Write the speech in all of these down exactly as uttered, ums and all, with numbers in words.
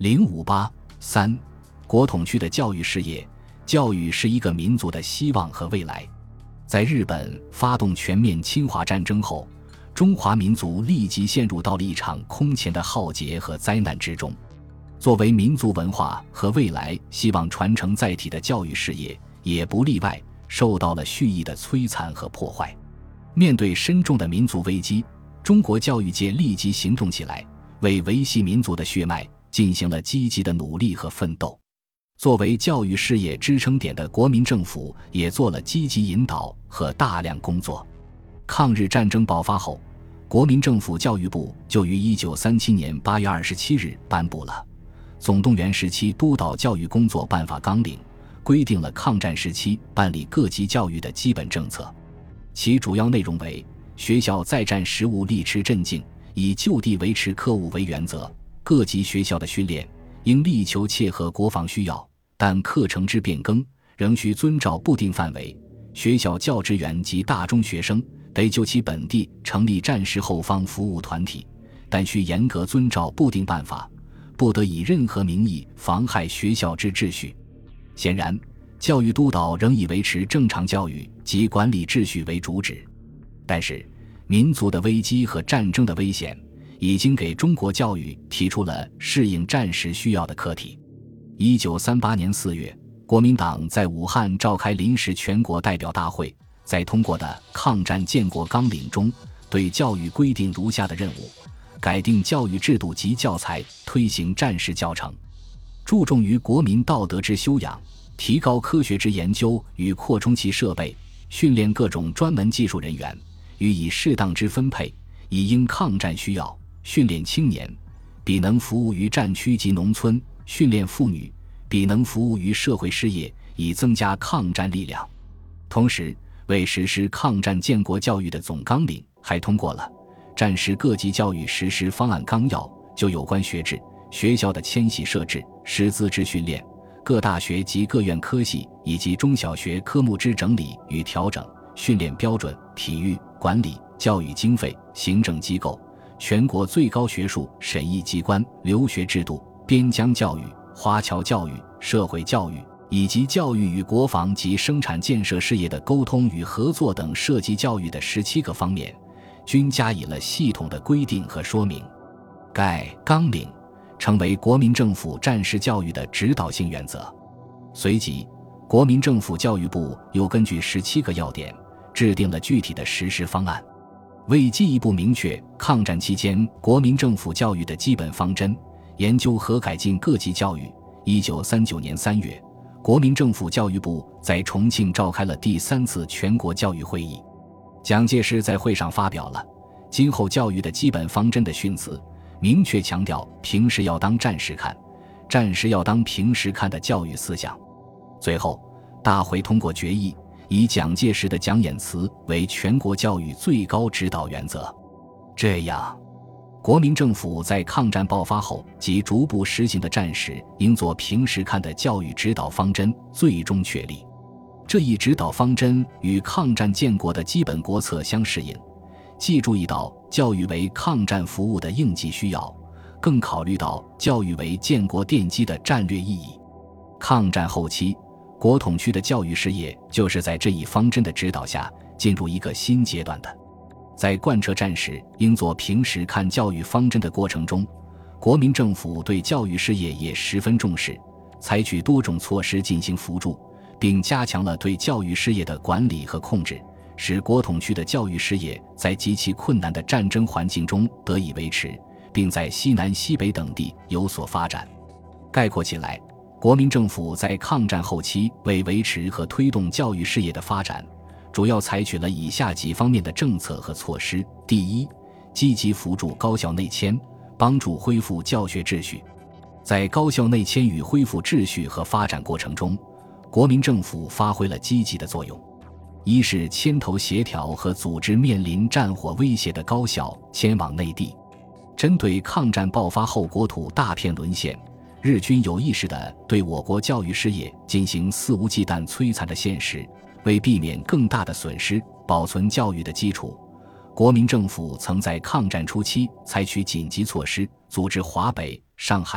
零五八三，国统区的教育事业。教育是一个民族的希望和未来。在日本发动全面侵华战争后，中华民族立即陷入到了一场空前的浩劫和灾难之中。作为民族文化和未来希望传承载体的教育事业，也不例外，受到了蓄意的摧残和破坏。面对深重的民族危机，中国教育界立即行动起来，为维系民族的血脉进行了积极的努力和奋斗。作为教育事业支撑点的国民政府也做了积极引导和大量工作。抗日战争爆发后，国民政府教育部就于一九三七年八月二十七日颁布了《总动员时期督导教育工作办法纲领》，规定了抗战时期办理各级教育的基本政策。其主要内容为：学校在战时务力持镇静，以就地维持课务为原则，各级学校的训练应力求切合国防需要，但课程之变更仍需遵照固定范围。学校教职员及大中学生得就其本地成立战时后方服务团体，但需严格遵照固定办法，不得以任何名义妨害学校之秩序。显然，教育督导仍以维持正常教育及管理秩序为主旨。但是，民族的危机和战争的危险已经给中国教育提出了适应战时需要的课题。一九三八年四月，国民党在武汉召开临时全国代表大会，在通过的《抗战建国纲领》中，对教育规定如下的任务：改定教育制度及教材，推行战时教程，注重于国民道德之修养，提高科学之研究与扩充其设备，训练各种专门技术人员，予以适当之分配，以应抗战需要，训练青年，比能服务于战区及农村，训练妇女，比能服务于社会事业，以增加抗战力量。同时，为实施抗战建国教育的总纲领，还通过了战时各级教育实施方案纲要，就有关学制、学校的迁徙设置、师资之训练、各大学及各院科系以及中小学科目之整理与调整、训练标准、体育、管理、教育经费、行政机构、全国最高学术审议机关、留学制度、边疆教育、华侨教育、社会教育，以及教育与国防及生产建设事业的沟通与合作等涉及教育的十七个方面，均加以了系统的规定和说明。该纲领成为国民政府战时教育的指导性原则。随即，国民政府教育部又根据十七个要点，制定了具体的实施方案。为进一步明确抗战期间国民政府教育的基本方针，研究和改进各级教育，一九三九年三月，国民政府教育部在重庆召开了第三次全国教育会议。蒋介石在会上发表了今后教育的基本方针的训词，明确强调平时要当战时看，战时要当平时看的教育思想。最后，大会通过决议，以蒋介石的讲演词为全国教育最高指导原则。这样，国民政府在抗战爆发后即逐步实行的战时应做平时看的教育指导方针最终确立。这一指导方针与抗战建国的基本国策相适应，既注意到教育为抗战服务的应急需要，更考虑到教育为建国奠基的战略意义。抗战后期，国统区的教育事业就是在这一方针的指导下进入一个新阶段的。在贯彻战时应做平时看教育方针的过程中，国民政府对教育事业也十分重视，采取多种措施进行扶助，并加强了对教育事业的管理和控制，使国统区的教育事业在极其困难的战争环境中得以维持，并在西南西北等地有所发展。概括起来，国民政府在抗战后期为维持和推动教育事业的发展，主要采取了以下几方面的政策和措施。第一，积极扶助高校内迁，帮助恢复教学秩序。在高校内迁与恢复秩序和发展过程中，国民政府发挥了积极的作用。一是牵头协调和组织面临战火威胁的高校迁往内地。针对抗战爆发后国土大片沦陷，日军有意识地对我国教育事业进行肆无忌惮摧残的现实，为避免更大的损失，保存教育的基础，国民政府曾在抗战初期采取紧急措施，组织华北、上海、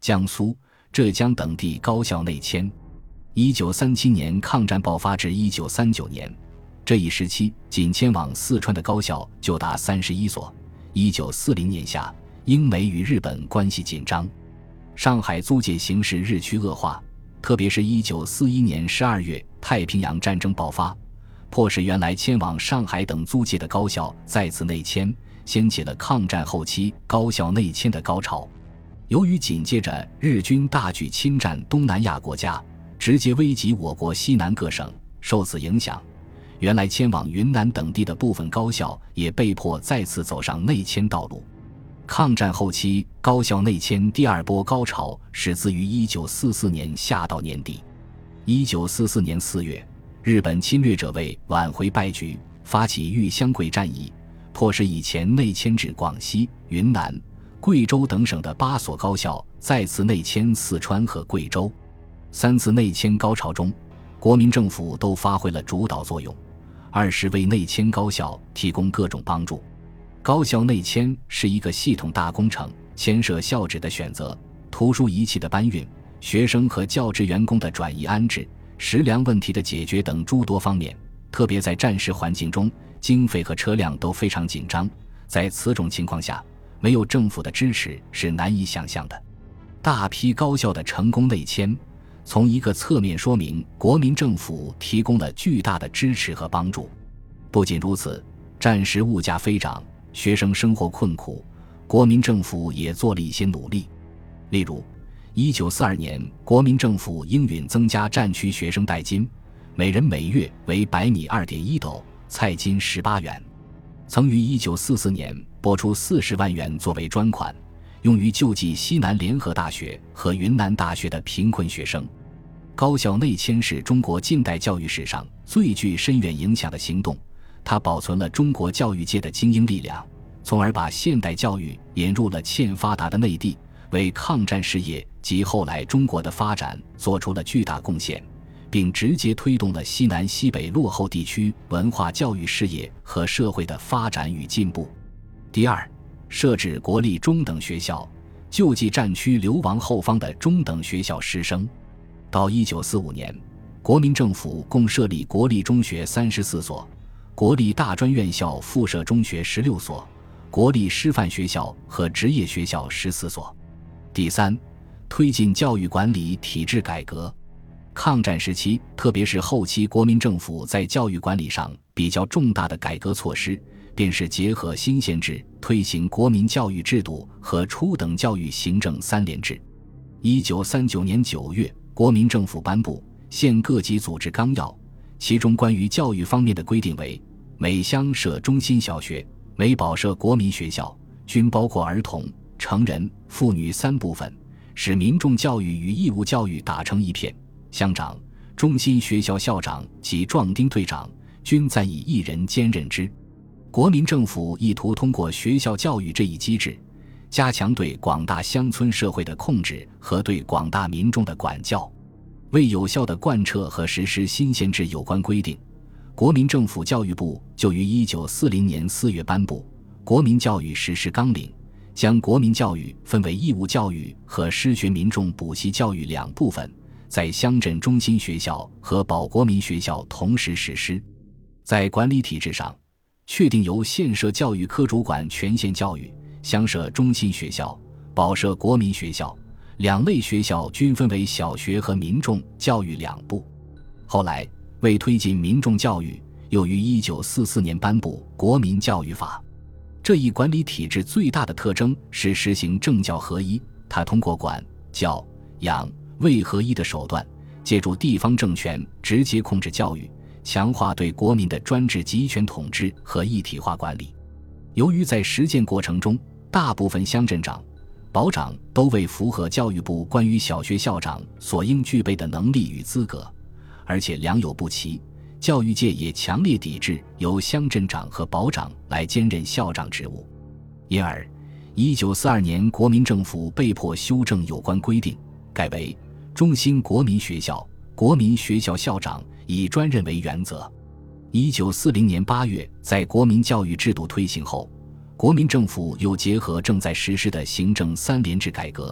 江苏、浙江等地高校内迁。一九三七年抗战爆发至一九三九年，这一时期仅迁往四川的高校就达三十一所。一九四零年夏，英美与日本关系紧张，上海租界形势日趋恶化，特别是一九四一年十二月太平洋战争爆发，迫使原来迁往上海等租界的高校再次内迁，掀起了抗战后期高校内迁的高潮。由于紧接着日军大举侵占东南亚国家，直接危及我国西南各省，受此影响，原来迁往云南等地的部分高校也被迫再次走上内迁道路。抗战后期高校内迁第二波高潮始自于一九四四年夏到年底。一九四四年四月，日本侵略者为挽回败局，发起豫湘桂战役，迫使以前内迁至广西、云南、贵州等省的八所高校再次内迁四川和贵州。三次内迁高潮中，国民政府都发挥了主导作用，二是为内迁高校提供各种帮助。高校内迁是一个系统大工程，牵涉校址的选择、图书仪器的搬运、学生和教职员工的转移安置、食粮问题的解决等诸多方面。特别在战时环境中，经费和车辆都非常紧张，在此种情况下，没有政府的支持是难以想象的。大批高校的成功内迁，从一个侧面说明国民政府提供了巨大的支持和帮助。不仅如此，战时物价飞涨，学生生活困苦，国民政府也做了一些努力。例如一九四二年，国民政府应允增加战区学生代金，每人每月为白米 二点一斗，菜金十八元。曾于一九四四年拨出四十万元作为专款，用于救济西南联合大学和云南大学的贫困学生。高校内迁是中国近代教育史上最具深远影响的行动，它保存了中国教育界的精英力量，从而把现代教育引入了欠发达的内地，为抗战事业及后来中国的发展做出了巨大贡献，并直接推动了西南西北落后地区文化教育事业和社会的发展与进步。第二，设置国立中等学校，救济战区流亡后方的中等学校师生。到一九四五年，国民政府共设立国立中学三十四所，国立大专院校附设中学十六所，国立师范学校和职业学校十四所。第三，推进教育管理体制改革。抗战时期，特别是后期，国民政府在教育管理上比较重大的改革措施，便是结合新宪制，推行国民教育制度和初等教育行政三联制。一九三九年九月，国民政府颁布《县各级组织纲要》，其中关于教育方面的规定为：每乡设中心小学，每保设国民学校，均包括儿童、成人、妇女三部分，使民众教育与义务教育打成一片。乡长、中心学校校长及壮丁队长均暂以一人兼任之。国民政府意图通过学校教育这一机制，加强对广大乡村社会的控制和对广大民众的管教。为有效地贯彻和实施新宪制有关规定，国民政府教育部就于一九四零年四月颁布《国民教育实施纲领》，将国民教育分为义务教育和失学民众补习教育两部分，在乡镇中心学校和保国民学校同时实施。在管理体制上，确定由县设教育科主管全县教育，乡设中心学校，保设国民学校，两类学校均分为小学和民众教育两部。后来为推进民众教育，又于一九四四年颁布《国民教育法》。这一管理体制最大的特征是实行政教合一，它通过管、教、养、卫合一的手段，借助地方政权直接控制教育，强化对国民的专制集权统治和一体化管理。由于在实践过程中，大部分乡镇长、保长都未符合教育部关于小学校长所应具备的能力与资格，而且良莠不齐，教育界也强烈抵制由乡镇长和保长来兼任校长职务。因而一九四二年国民政府被迫修正有关规定，改为中心国民学校，国民学校校长以专任为原则。一九四零年八月，在国民教育制度推行后，国民政府又结合正在实施的行政三联制改革，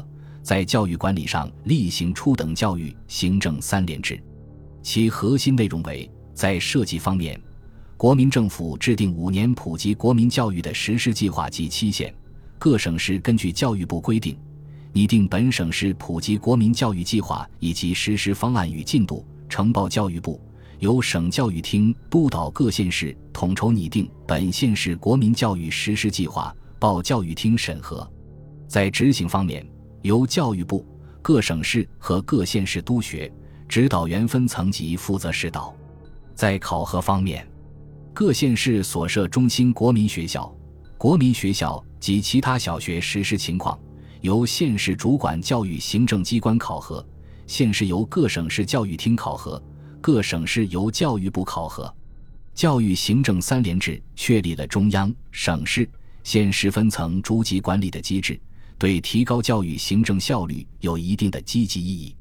在教育管理上厉行初等教育行政三联制，其核心内容为：在设计方面，国民政府制定五年普及国民教育的实施计划及期限，各省市根据教育部规定拟定本省市普及国民教育计划以及实施方案与进度，呈报教育部，由省教育厅督导各县市统筹拟定本县市国民教育实施计划，报教育厅审核。在执行方面，由教育部、各省市和各县市督学指导员分层级负责指导。在考核方面，各县市所设中心国民学校、国民学校及其他小学实施情况，由县市主管教育行政机关考核，县市由各省市教育厅考核，各省市由教育部考核。教育行政三联制确立了中央、省市、县市分层逐级管理的机制，对提高教育行政效率有一定的积极意义。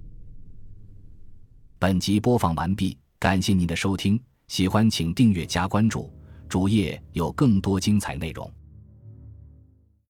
本集播放完毕，感谢您的收听，喜欢请订阅加关注，主页有更多精彩内容。